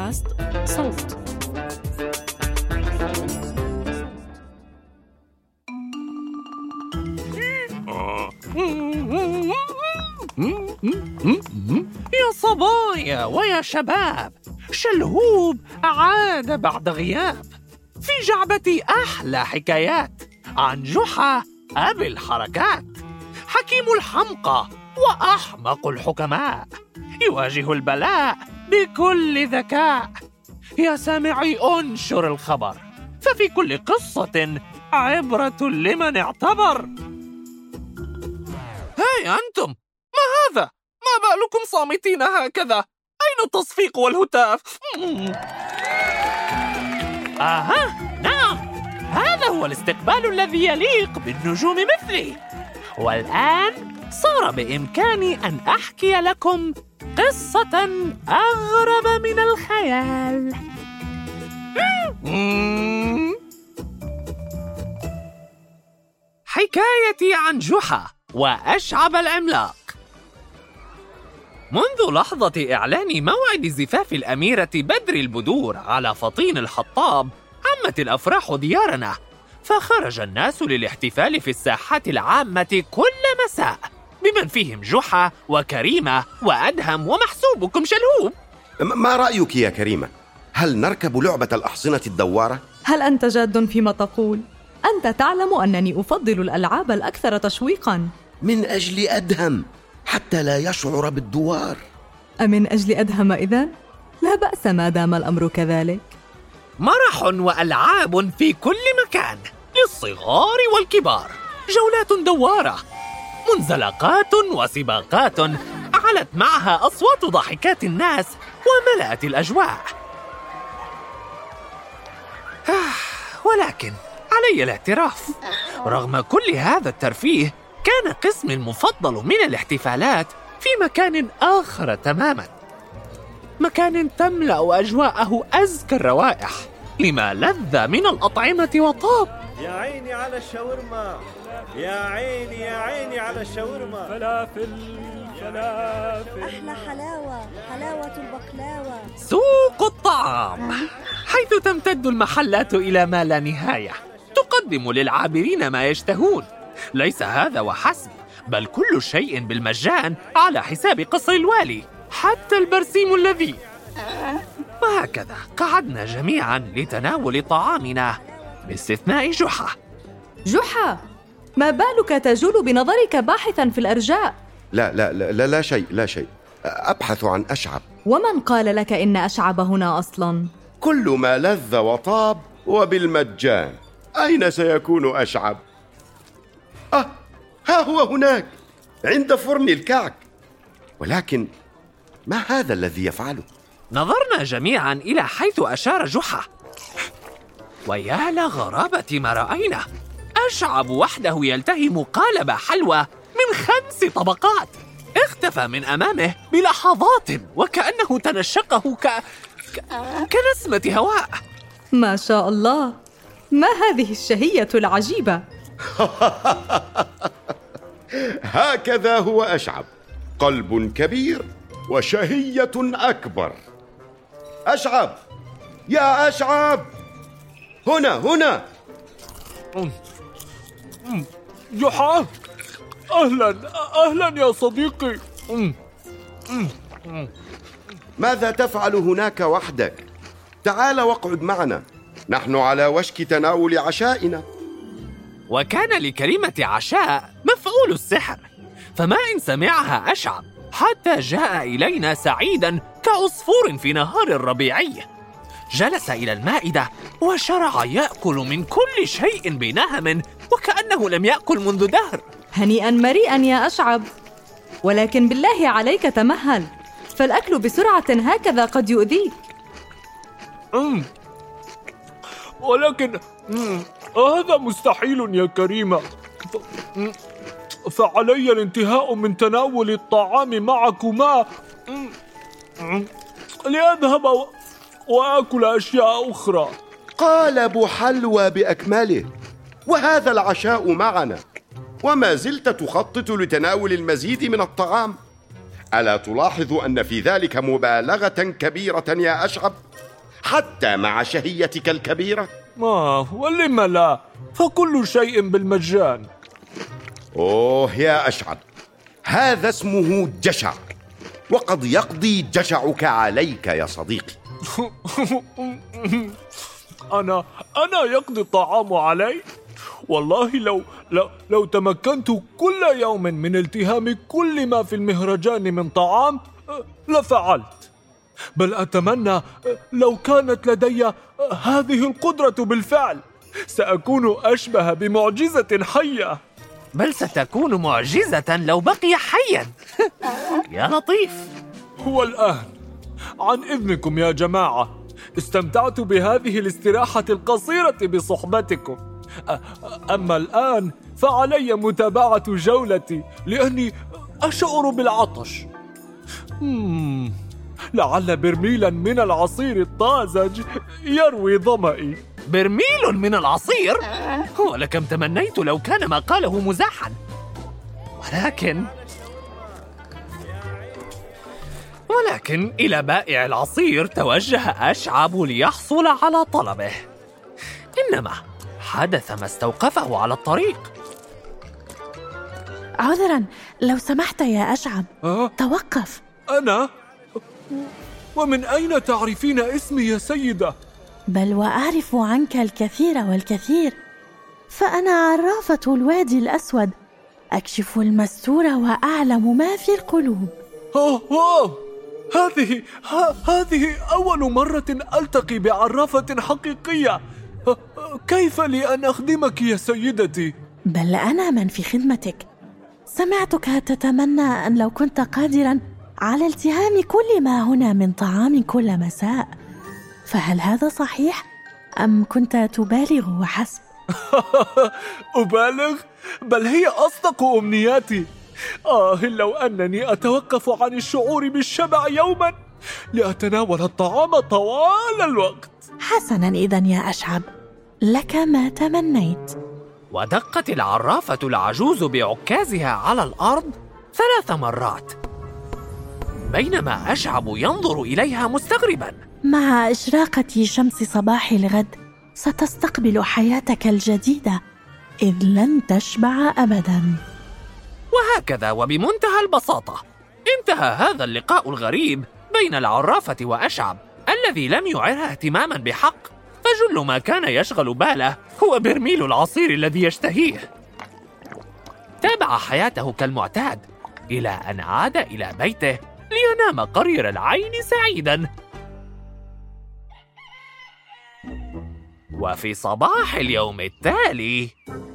بودكاست صوت. يا صبايا ويا شباب، شلهوب عاد بعد غياب. في جعبتي أحلى حكايات عن جحا أبي الحركات، حكيم الحمقى وأحمق الحكماء، يواجه البلاء بكل ذكاء. يا سامعي انشر الخبر، ففي كل قصة عبرة لمن اعتبر. هاي أنتم، ما هذا؟ ما بالكم صامتين هكذا؟ أين التصفيق والهتاف؟ نعم، هذا هو الاستقبال الذي يليق بالنجوم مثلي. والآن صار بإمكاني أن أحكي لكم قصة أغرب من الخيال. حكايتي عن جحا وأشعب العملاق. منذ لحظة إعلان موعد زفاف الأميرة بدر البدور على فطين الحطاب، عمت الأفراح ديارنا، فخرج الناس للاحتفال في الساحات العامة كل مساء، بمن فيهم جحا وكريمة وأدهم ومحسوبكم شلهوب. ما رأيك يا كريمة؟ هل نركب لعبة الأحصنة الدوارة؟ هل أنت جاد فيما تقول؟ أنت تعلم أنني أفضل الألعاب الأكثر تشويقاً. من أجل أدهم حتى لا يشعر بالدوار. أمن أجل أدهم إذن؟ لا بأس ما دام الأمر كذلك. مرح وألعاب في كل مكان للصغار والكبار، جولات دوارة، منزلقات وسباقات علت معها أصوات ضحكات الناس وملأت الأجواء. ولكن علي الاعتراف، رغم كل هذا الترفيه، كان قسمي المفضل من الاحتفالات في مكان آخر تماماً، مكان تملأ أجواءه أزكى الروائح لما لذ من الأطعمة وطاب. يا عيني على الشاورما، يا عيني يا عيني على الشاورما، فلافل أحلى حلاوة البقلاوة. سوق الطعام، حيث تمتد المحلات إلى ما لا نهاية، تقدم للعابرين ما يشتهون. ليس هذا وحسب، بل كل شيء بالمجان على حساب قصر الوالي، حتى البرسيم الذي. وهكذا قعدنا جميعا لتناول طعامنا باستثناء جحا. جحا، ما بالك تجول بنظرك باحثا في الأرجاء؟ لا شيء. أبحث عن أشعب. ومن قال لك إن أشعب هنا أصلا؟ كل ما لذ وطاب وبالمجان، أين سيكون أشعب؟ ها هو هناك عند فرن الكعك، ولكن ما هذا الذي يفعله؟ نظرنا جميعا إلى حيث أشار جحا، ويا لغرابة ما رأينا، أشعب وحده يلتهم قالب حلوى من 5 طبقات، اختفى من أمامه بلحظات وكأنه تنشقه كنسمة هواء. ما شاء الله، ما هذه الشهية العجيبة؟ هكذا هو أشعب، قلب كبير وشهية أكبر. أشعب، يا أشعب، هنا. جحا، أهلا يا صديقي. ماذا تفعل هناك وحدك؟ تعال واقعد معنا، نحن على وشك تناول عشائنا. وكان لكلمة عشاء مفعول السحر، فما إن سمعها أشعب حتى جاء إلينا سعيداً كعصفور في نهار الربيعي. جلس إلى المائدة وشرع يأكل من كل شيء بنهم وكأنه لم يأكل منذ دهر. هنيئاً مريئاً يا أشعب، ولكن بالله عليك تمهل، فالأكل بسرعة هكذا قد يؤذيك. ولكن هذا مستحيل يا كريمة، فعلي الانتهاء من تناول الطعام معكما لأذهب وآكل أشياء أخرى. قالب حلوى بأكمله، وهذا العشاء معنا، وما زلت تخطط لتناول المزيد من الطعام. ألا تلاحظ أن في ذلك مبالغة كبيرة يا أشعب؟ حتى مع شهيتك الكبيرة؟ ولم لا؟ فكل شيء بالمجان. أوه يا أشعب، هذا اسمه جشع، وقد يقضي جشعك عليك يا صديقي. أنا يقضي الطعام علي؟ والله لو تمكنت كل يوم من التهام كل ما في المهرجان من طعام لفعلت، بل أتمنى لو كانت لدي هذه القدرة بالفعل، سأكون أشبه بمعجزة حية. بل ستكون معجزة لو بقي حيا. يا لطيف. والآن عن إذنكم يا جماعة، استمتعت بهذه الاستراحة القصيرة بصحبتكم، أما الآن فعلي متابعة جولتي لأني أشعر بالعطش. لعل برميلا من العصير الطازج يروي ظمئي. برميل من العصير؟ ولكم تمنيت لو كان ما قاله مزاحا. ولكن إلى بائع العصير توجه أشعب ليحصل على طلبه، إنما حدث ما استوقفه على الطريق. عذرا لو سمحت يا أشعب. توقف. أنا؟ ومن أين تعرفين اسمي يا سيدة؟ بل وأعرف عنك الكثير والكثير، فأنا عرافة الوادي الأسود، أكشف المستور وأعلم ما في القلوب. هذه أول مرة ألتقي بعرافة حقيقية. كيف لي أن أخدمك يا سيدتي؟ بل أنا من في خدمتك. سمعتك تتمنى أن لو كنت قادرا على التهام كل ما هنا من طعام كل مساء، فهل هذا صحيح أم كنت تبالغ وحسب؟ أبالغ؟ بل هي أصدق أمنياتي. لو أنني أتوقف عن الشعور بالشبع يوما لأتناول الطعام طوال الوقت. حسنا إذن يا أشعب، لك ما تمنيت. ودقت العرافة العجوز بعكازها على الأرض 3 مرات، بينما أشعب ينظر إليها مستغربا. مع إشراقة شمس صباح الغد ستستقبل حياتك الجديدة، إذ لن تشبع أبدا. وهكذا وبمنتهى البساطة انتهى هذا اللقاء الغريب بين العرافة وأشعب، الذي لم يعرها اهتماما بحق، فجل ما كان يشغل باله هو برميل العصير الذي يشتهيه. تابع حياته كالمعتاد إلى أن عاد إلى بيته لينام قرير العين سعيدا. وفي صباح اليوم التالي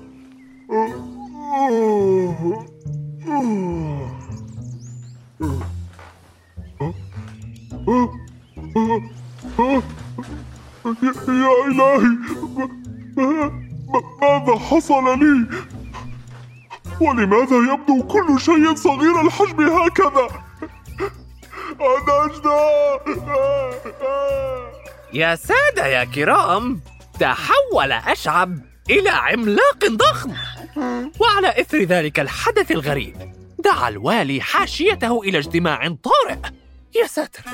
يا إلهي، ماذا حصل لي؟ ولماذا يبدو كل شيء صغير الحجم هكذا؟ يا سادة يا كرام، تحول أشعب إلى عملاق ضخم. وعلى إثر ذلك الحدث الغريب دعا الوالي حاشيته إلى اجتماع طارئ. يا ساتر.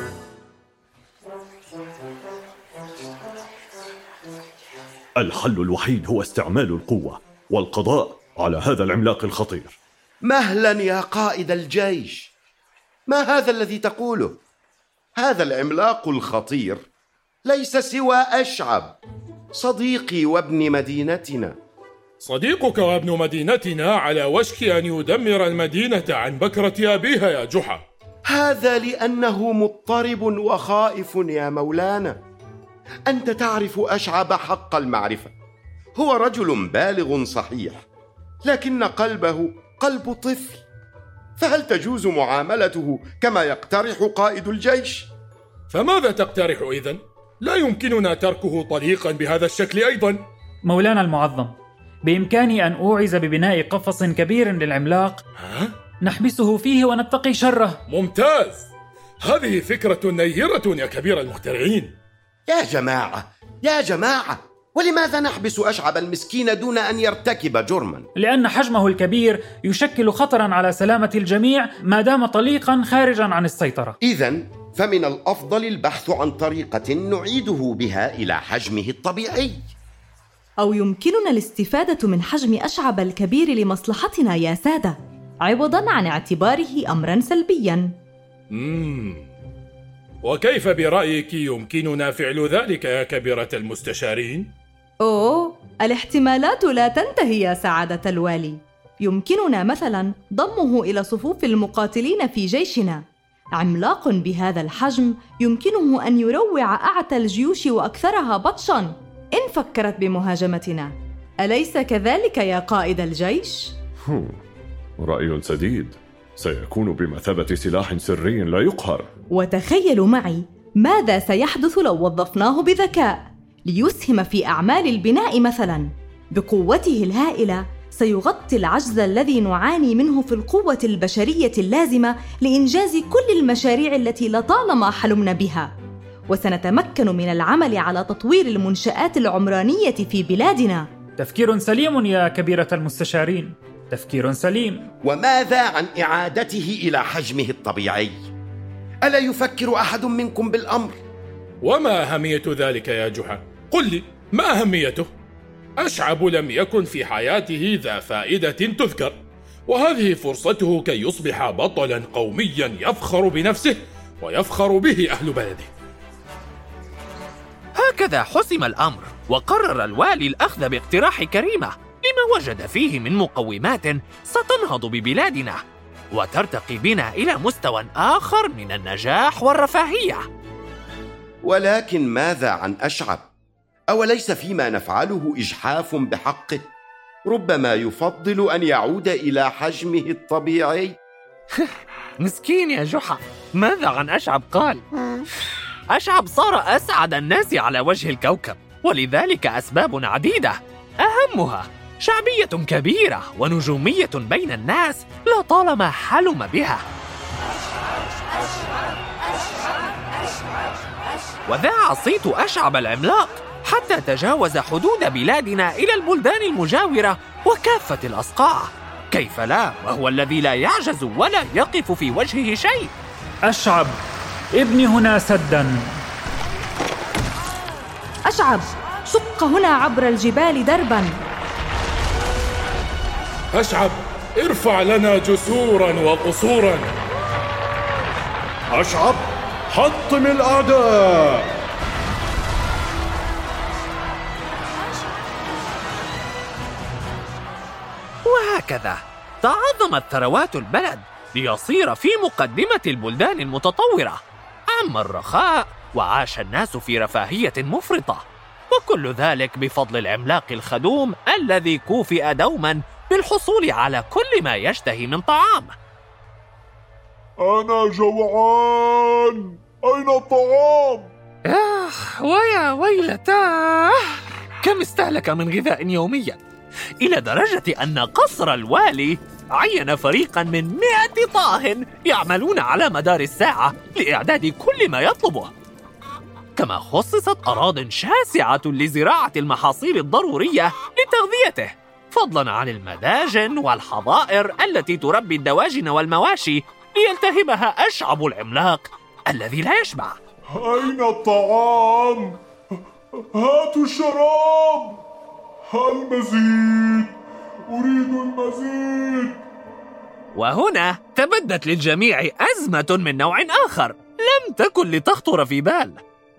الحل الوحيد هو استعمال القوة والقضاء على هذا العملاق الخطير. مهلا يا قائد الجيش، ما هذا الذي تقوله؟ هذا العملاق الخطير ليس سوى أشعب، صديقي وابن مدينتنا. صديقك وابن مدينتنا على وشك أن يدمر المدينة عن بكرة أبيها يا جحا. هذا لأنه مضطرب وخائف يا مولانا. أنت تعرف أشعب حق المعرفة، هو رجل بالغ صحيح، لكن قلبه قلب طفل، فهل تجوز معاملته كما يقترح قائد الجيش؟ فماذا تقترح إذن؟ لا يمكننا تركه طليقا بهذا الشكل أيضا. مولانا المعظم، بإمكاني أن أوعز ببناء قفص كبير للعملاق نحبسه فيه ونتقي شره. ممتاز، هذه فكرة نيرة يا كبير المخترعين. يا جماعة، ولماذا نحبس أشعب المسكين دون أن يرتكب جرما؟ لأن حجمه الكبير يشكل خطرا على سلامة الجميع ما دام طليقا خارجا عن السيطرة. إذن فمن الأفضل البحث عن طريقة نعيده بها إلى حجمه الطبيعي. أو يمكننا الاستفادة من حجم أشعب الكبير لمصلحتنا يا سادة، عوضاً عن اعتباره أمراً سلبياً. وكيف برأيك يمكننا فعل ذلك يا كبيرة المستشارين؟ الاحتمالات لا تنتهي يا سعادة الوالي. يمكننا مثلاً ضمه إلى صفوف المقاتلين في جيشنا. عملاق بهذا الحجم يمكنه أن يروع أعتى الجيوش وأكثرها بطشاً إن فكرت بمهاجمتنا. أليس كذلك يا قائد الجيش؟ رأي سديد، سيكون بمثابة سلاح سري لا يقهر. وتخيلوا معي ماذا سيحدث لو وظفناه بذكاء ليسهم في أعمال البناء مثلاً. بقوته الهائلة سيغطي العجز الذي نعاني منه في القوة البشرية اللازمة لإنجاز كل المشاريع التي لطالما حلمنا بها، وسنتمكن من العمل على تطوير المنشآت العمرانية في بلادنا. تفكير سليم يا كبيرة المستشارين، تفكير سليم. وماذا عن إعادته إلى حجمه الطبيعي؟ ألا يفكر أحد منكم بالأمر؟ وما أهمية ذلك يا جحا؟ قل لي، ما أهميته؟ أشعب لم يكن في حياته ذا فائدة تذكر، وهذه فرصته كي يصبح بطلاً قومياً يفخر بنفسه ويفخر به أهل بلده. هكذا حسم الأمر، وقرر الوالي الأخذ باقتراح كريمة لما وجد فيه من مقومات ستنهض ببلادنا وترتقي بنا إلى مستوى آخر من النجاح والرفاهية. ولكن ماذا عن أشعب؟ أوليس فيما نفعله إجحاف بحقه؟ ربما يفضل أن يعود إلى حجمه الطبيعي. مسكين يا جحا، ماذا عن أشعب؟ قال أشعب صار أسعد الناس على وجه الكوكب، ولذلك أسباب عديدة، أهمها شعبية كبيرة ونجومية بين الناس لطالما حلم بها. وذاع صيت أشعب العملاق حتى تجاوز حدود بلادنا إلى البلدان المجاورة وكافة الأصقاع. كيف لا، وهو الذي لا يعجز ولا يقف في وجهه شيء. أشعب، ابني هنا سداً. أشعب، شق هنا عبر الجبال درباً. أشعب، ارفع لنا جسوراً وقصوراً. أشعب، حطم الأعداء. وهكذا تعظمت ثروات البلد ليصير في مقدمة البلدان المتطورة. عم الرخاء وعاش الناس في رفاهية مفرطة، وكل ذلك بفضل العملاق الخدوم الذي كوفئ دوما بالحصول على كل ما يشتهي من طعام. أنا جوعان، أين الطعام؟ ويا ويلتاه، كم استهلك من غذاء يوميا، إلى درجة أن قصر الوالي عين فريقا من 100 طاهن يعملون على مدار الساعة لإعداد كل ما يطلبه. كما خصصت أراضٍ شاسعة لزراعة المحاصيل الضرورية لتغذيته، فضلاً عن المداجن والحظائر التي تربي الدواجن والمواشي ليلتهمها أشعب العملاق الذي لا يشبع. أين الطعام؟ هاتوا الشراب، المزيد، أريد المزيد. وهنا تبدت للجميع أزمة من نوع آخر لم تكن لتخطر في بال.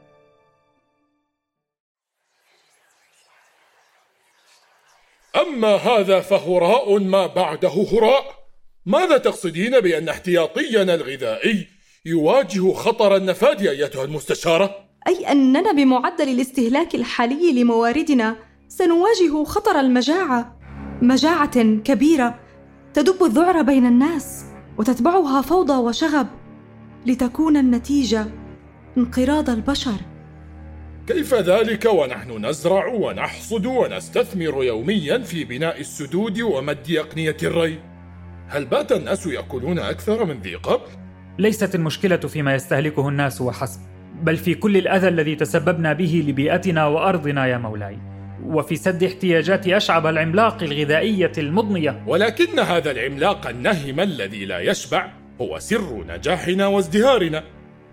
أما هذا فهراء ما بعده هراء. ماذا تقصدين بأن احتياطينا الغذائي يواجه خطر النفاد أيتها المستشارة؟ أي أننا بمعدل الاستهلاك الحالي لمواردنا سنواجه خطر المجاعة، مجاعة كبيرة تدب الذعر بين الناس وتتبعها فوضى وشغب، لتكون النتيجة انقراض البشر. كيف ذلك ونحن نزرع ونحصد ونستثمر يوميا في بناء السدود ومد أقنية الري؟ هل بات الناس يأكلون أكثر من ذي قبل؟ ليست المشكلة فيما يستهلكه الناس وحسب، بل في كل الأذى الذي تسببنا به لبيئتنا وأرضنا يا مولاي، وفي سد احتياجات أشعب العملاق الغذائية المضنية. ولكن هذا العملاق النهم الذي لا يشبع هو سر نجاحنا وازدهارنا.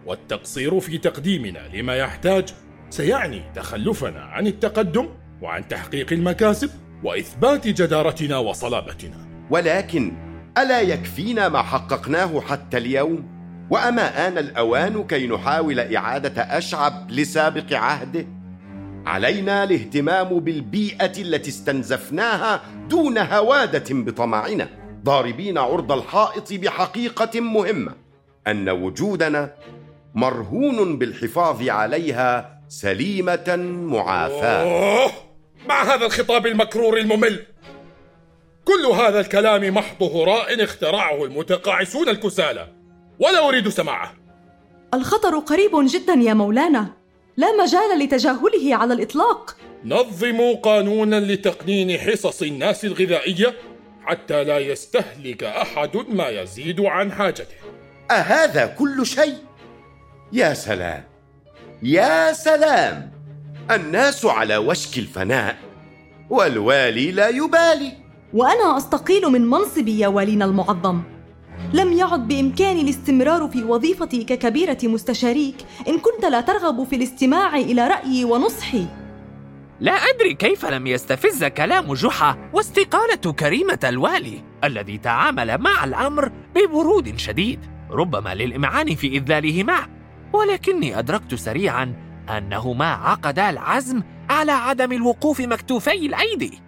والتقصير في تقديمنا لما يحتاج سيعني تخلفنا عن التقدم وعن تحقيق المكاسب وإثبات جدارتنا وصلابتنا. ولكن ألا يكفينا ما حققناه حتى اليوم؟ وأما آن الأوان كي نحاول إعادة أشعب لسابق عهده؟ علينا الاهتمام بالبيئة التي استنزفناها دون هوادة بطمعنا، ضاربين عرض الحائط بحقيقة مهمة، أن وجودنا مرهون بالحفاظ عليها سليمة معافاة. مع هذا الخطاب المكرور الممل، كل هذا الكلام محض هراء اخترعه المتقاعسون الكسالى، ولا أريد سماعه. الخطر قريب جدا يا مولانا، لا مجال لتجاهله على الإطلاق. نظموا قانونا لتقنين حصص الناس الغذائية حتى لا يستهلك أحد ما يزيد عن حاجته. أهذا كل شيء؟ يا سلام يا سلام، الناس على وشك الفناء والوالي لا يبالي. وأنا أستقيل من منصبي يا والينا المعظم. لم يعد بإمكاني الاستمرار في وظيفتي ككبيرة مستشاريك إن كنت لا ترغب في الاستماع إلى رأيي ونصحي. لا أدري كيف لم يستفز كلام جحا واستقالة كريمة الوالي الذي تعامل مع الأمر ببرود شديد، ربما للإمعان في إذلالهما، ولكني أدركت سريعاً أنهما عقدا العزم على عدم الوقوف مكتوفي الأيدي.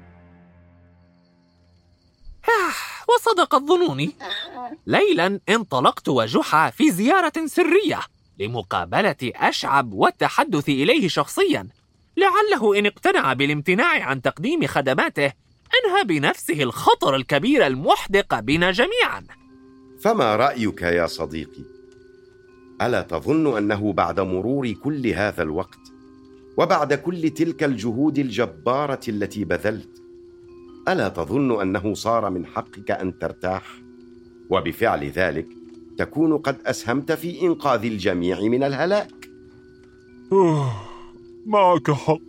وصدقت ظنوني. ليلاً انطلقت وجحا في زيارة سرية لمقابلة أشعب والتحدث إليه شخصياً، لعله إن اقتنع بالامتناع عن تقديم خدماته أنهى بنفسه الخطر الكبير المحدق بنا جميعاً. فما رأيك يا صديقي؟ ألا تظن أنه بعد مرور كل هذا الوقت وبعد كل تلك الجهود الجبارة التي بذلت، ألا تظن أنه صار من حقك أن ترتاح؟ وبفعل ذلك تكون قد أسهمت في إنقاذ الجميع من الهلاك. معك حق،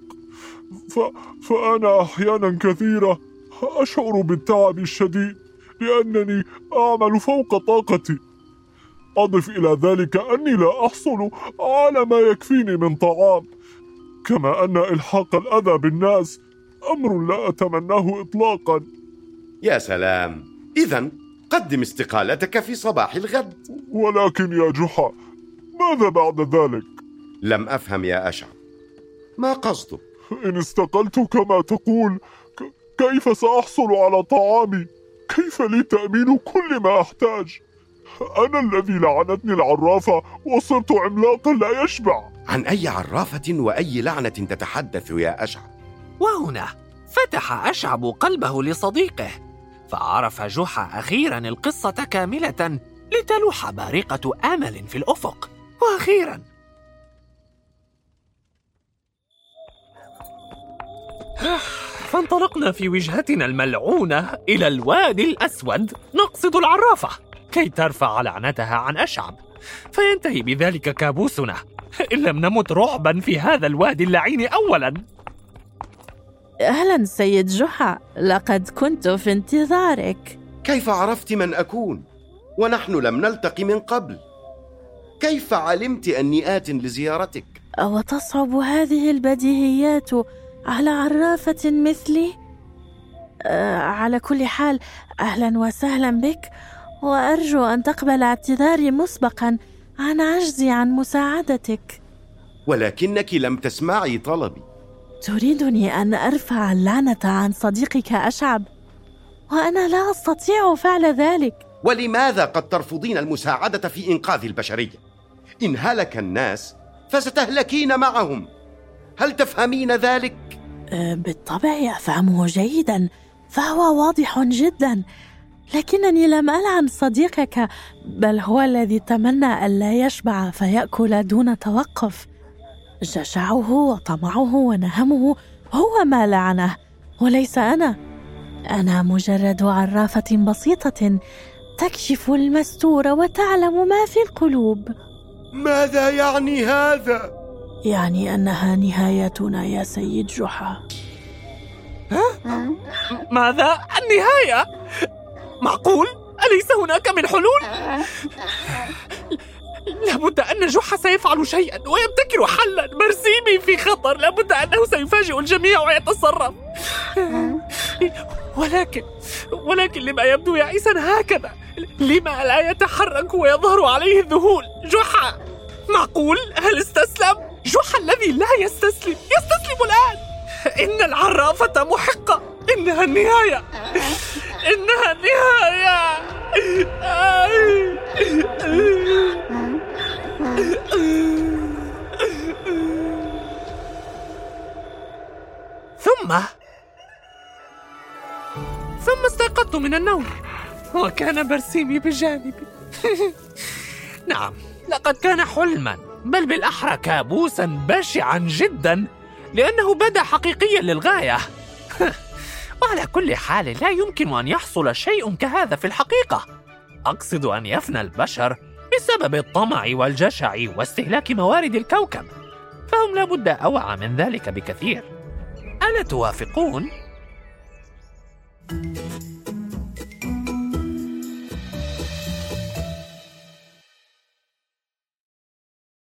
فأنا أحيانا كثيرة أشعر بالتعب الشديد لأنني أعمل فوق طاقتي. أضف إلى ذلك أني لا أحصل على ما يكفيني من طعام، كما أن إلحاق الأذى بالناس أمر لا أتمناه إطلاقا. يا سلام، إذن قدم استقالتك في صباح الغد. ولكن يا جحا، ماذا بعد ذلك؟ لم أفهم يا أشعب، ما قصدك؟ إن استقلت كما تقول، كيف سأحصل على طعامي؟ كيف لي تأمين كل ما أحتاج؟ أنا الذي لعنتني العرافة وصرت عملاقا لا يشبع. عن أي عرافة وأي لعنة تتحدث يا أشعب؟ وهنا فتح أشعب قلبه لصديقه، فعرف جحا أخيرا القصة كاملة لتلوح بارقة آمل في الأفق. وأخيرا فانطلقنا في وجهتنا الملعونة إلى الوادي الأسود نقصد العرافة كي ترفع لعنتها عن أشعب، فينتهي بذلك كابوسنا إن لم نمت رعبا في هذا الوادي اللعين أولا. أهلا سيد جحا، لقد كنت في انتظارك. كيف عرفت من أكون ونحن لم نلتقي من قبل؟ كيف علمت أني آت لزيارتك؟ وتصعب هذه البديهيات على عرافة مثلي؟ على كل حال أهلا وسهلا بك، وأرجو أن تقبل اعتذاري مسبقا عن عجزي عن مساعدتك. ولكنك لم تسمعي طلبي. تريدني أن أرفع اللعنة عن صديقك أشعب، وأنا لا أستطيع فعل ذلك. ولماذا قد ترفضين المساعدة في إنقاذ البشرية؟ إن هلك الناس فستهلكين معهم، هل تفهمين ذلك؟ بالطبع أفهمه جيدا، فهو واضح جدا، لكنني لم ألعن صديقك، بل هو الذي تمنى ألا يشبع فيأكل دون توقف. جشعه وطمعه ونهمه هو ما لعنه، وليس أنا. أنا مجرد عرافة بسيطة تكشف المستور وتعلم ما في القلوب. ماذا يعني هذا؟ يعني أنها نهايتنا يا سيد جحا. ماذا؟ النهاية؟ معقول؟ أليس هناك من حلول؟ لابد أن جحا سيفعل شيئا ويبتكر حلا. برسيمي في خطر، لابد أنه سيفاجئ الجميع ويتصرف. ولكن لما يبدو يائسا هكذا؟ لما لا يتحرك ويظهر عليه الذهول؟ جحا، معقول؟ هل استسلم؟ جحا الذي لا يستسلم الآن. إن العرافة محقة. إنها النهاية. ثم استيقظت من النوم وكان برسيمي بجانبي. نعم، لقد كان حلما، بل بالأحرى كابوسا بشعا جدا، لأنه بدا حقيقيا للغاية. وعلى كل حال لا يمكن أن يحصل شيء كهذا في الحقيقة. أقصد أن يفنى البشر بسبب الطمع والجشع واستهلاك موارد الكوكب، فهم لابد أوعى من ذلك بكثير. ألا توافقون؟